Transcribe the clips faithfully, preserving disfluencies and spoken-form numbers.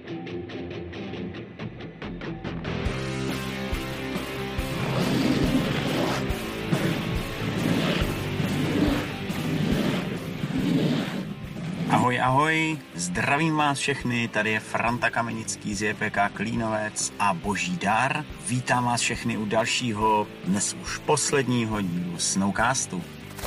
Ahoj, ahoj, zdravím vás všechny, tady je Franta Kamenický z J P K Klínovec a Boží dar. Vítám vás všechny u dalšího, dnes už posledního dílu Snowcastu.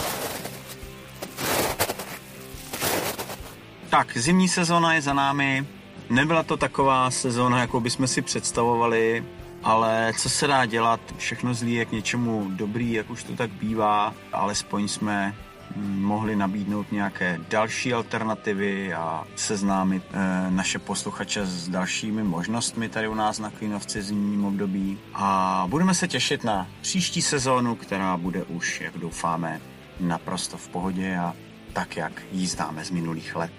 Tak, zimní sezóna je za námi, nebyla to taková sezóna, jakou bychom si představovali, ale co se dá dělat, všechno zlí je k něčemu dobrý, jak už to tak bývá, alespoň jsme mohli nabídnout nějaké další alternativy a seznámit e, naše posluchače s dalšími možnostmi tady u nás na Klínovci v zimním období. A budeme se těšit na příští sezónu, která bude už, jak doufáme, naprosto v pohodě a tak, jak ji známe z minulých let.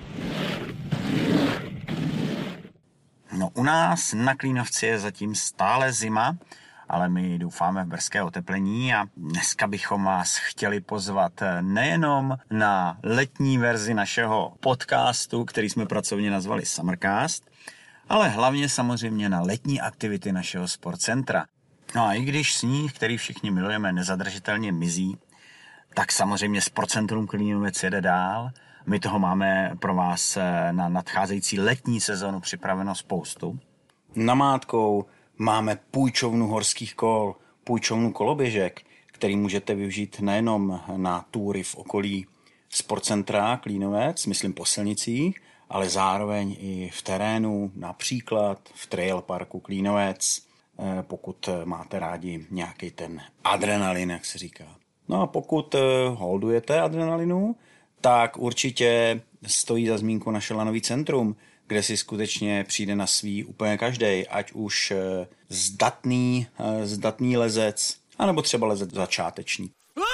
No, u nás na Klínovci je zatím stále zima, ale my doufáme v brzké oteplení a dneska bychom vás chtěli pozvat nejenom na letní verzi našeho podcastu, který jsme pracovně nazvali Summercast, ale hlavně samozřejmě na letní aktivity našeho sportcentra. No a i když sníh, který všichni milujeme, nezadržitelně mizí, tak samozřejmě Sportcentrum Klínovec jede dál. My toho máme pro vás na nadcházející letní sezonu připraveno spoustu. Namátkou máme půjčovnu horských kol, půjčovnu koloběžek, který můžete využít nejenom na túry v okolí sportcentra Klínovec, myslím po silnicích, ale zároveň i v terénu, například v trail parku Klínovec, pokud máte rádi nějaký ten adrenalin, jak se říká. No a pokud holdujete adrenalinu, tak určitě stojí za zmínku naše lanový centrum, kde si skutečně přijde na svý úplně každej, ať už zdatný, zdatný lezec, anebo třeba lezec začáteční.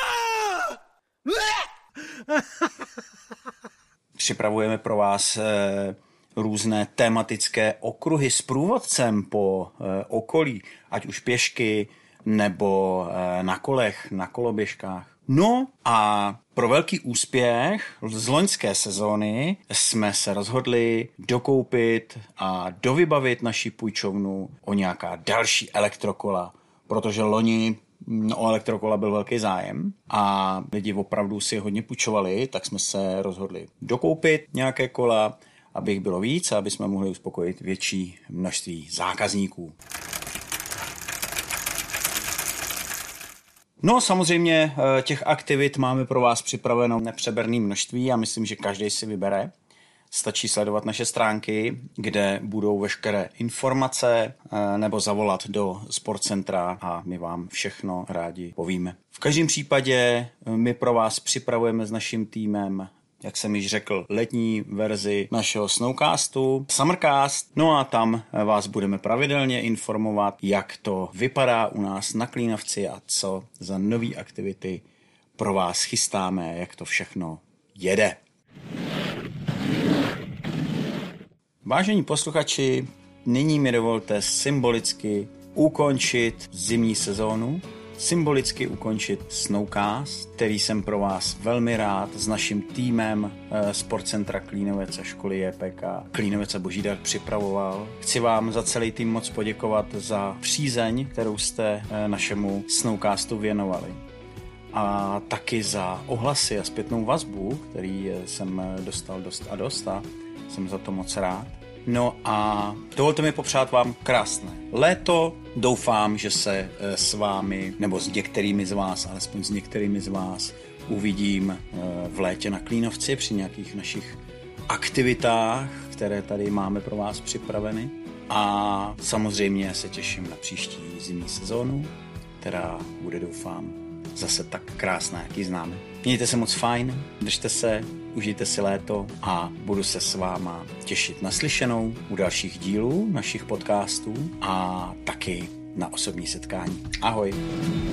Připravujeme pro vás různé tematické okruhy s průvodcem po okolí, ať už pěšky, nebo na kolech, na koloběžkách. No a pro velký úspěch z loňské sezóny jsme se rozhodli dokoupit a dovybavit naši půjčovnu o nějaká další elektrokola, protože loni o elektrokola byl velký zájem a lidi opravdu si hodně půjčovali, tak jsme se rozhodli dokoupit nějaké kola, aby jich bylo víc a aby jsme mohli uspokojit větší množství zákazníků. No samozřejmě těch aktivit máme pro vás připraveno nepřeberné množství a myslím, že každý si vybere. Stačí sledovat naše stránky, kde budou veškeré informace nebo zavolat do sportcentra a my vám všechno rádi povíme. V každém případě my pro vás připravujeme s naším týmem, jak jsem již řekl, letní verzi našeho Snowcastu, Summercast. No a tam vás budeme pravidelně informovat, jak to vypadá u nás na Klínovci a co za nové aktivity pro vás chystáme, jak to všechno jede. Vážení posluchači, nyní mi dovolte symbolicky ukončit zimní sezónu, symbolicky ukončit Snowcast, který jsem pro vás velmi rád s naším týmem e, Sportcentra Klínovec a školy J P K Klínovec a Boží dar připravoval. Chci vám za celý tým moc poděkovat za přízeň, kterou jste e, našemu Snowcastu věnovali. A taky za ohlasy a zpětnou vazbu, který jsem dostal dost a dost a jsem za to moc rád. No a dovolte mi popřát vám krásné léto. Doufám, že se s vámi, nebo s některými z vás, alespoň s některými z vás, uvidím v létě na Klínovci při nějakých našich aktivitách, které tady máme pro vás připraveny. A samozřejmě se těším na příští zimní sezónu, která bude, doufám, zase tak krásná, jak ji známe. Mějte se moc fajn, držte se, užijte si léto a budu se s váma těšit na slyšenou u dalších dílů našich podcastů a taky na osobní setkání. Ahoj!